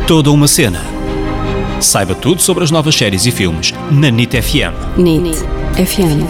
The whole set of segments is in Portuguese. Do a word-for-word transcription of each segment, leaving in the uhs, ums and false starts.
Toda uma cena. Saiba tudo sobre as novas séries e filmes na N I T F M. N I T F M.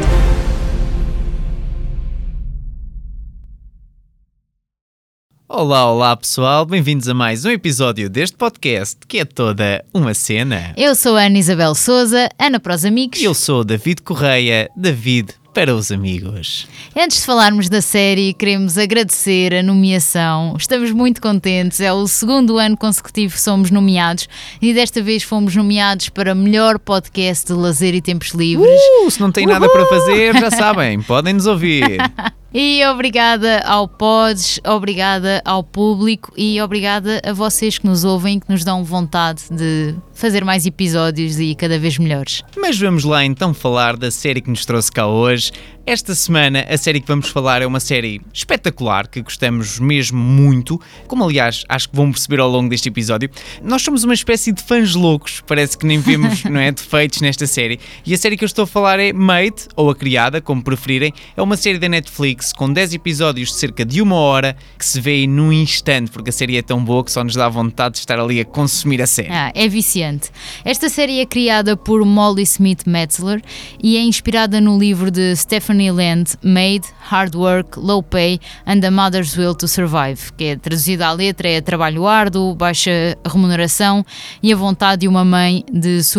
Olá, olá pessoal, bem-vindos a mais um episódio deste podcast que é toda uma cena. Eu sou a Ana Isabel Souza, Ana para os amigos. E eu sou o David Correia, David para os amigos. Antes de falarmos da série, queremos agradecer a nomeação. Estamos muito contentes, é o segundo ano consecutivo que somos nomeados e desta vez fomos nomeados para melhor podcast de lazer e tempos livres. Uh, se não têm nada para fazer, já sabem, podem nos ouvir. E obrigada ao Pods, obrigada ao público e obrigada a vocês que nos ouvem, que nos dão vontade de fazer mais episódios e cada vez melhores. Mas vamos lá então falar da série que nos trouxe cá hoje. Esta semana a série que vamos falar é uma série espetacular, que gostamos mesmo muito, como aliás acho que vão perceber ao longo deste episódio. Nós somos uma espécie de fãs loucos, parece que nem vemos não é, defeitos nesta série. E a série que eu estou a falar é Maid, ou A Criada, como preferirem. É uma série da Netflix com dez episódios de cerca de uma hora, que se vê aí num instante, porque a série é tão boa que só nos dá vontade de estar ali a consumir a série. Ah, é viciante. Esta série é criada por Molly Smith Metzler e é inspirada no livro de Stephanie Land, Maid, Hard Work, Low Pay and a Mother's Will to Survive, que é traduzido à letra, é trabalho árduo, baixa remuneração e a vontade de uma mãe de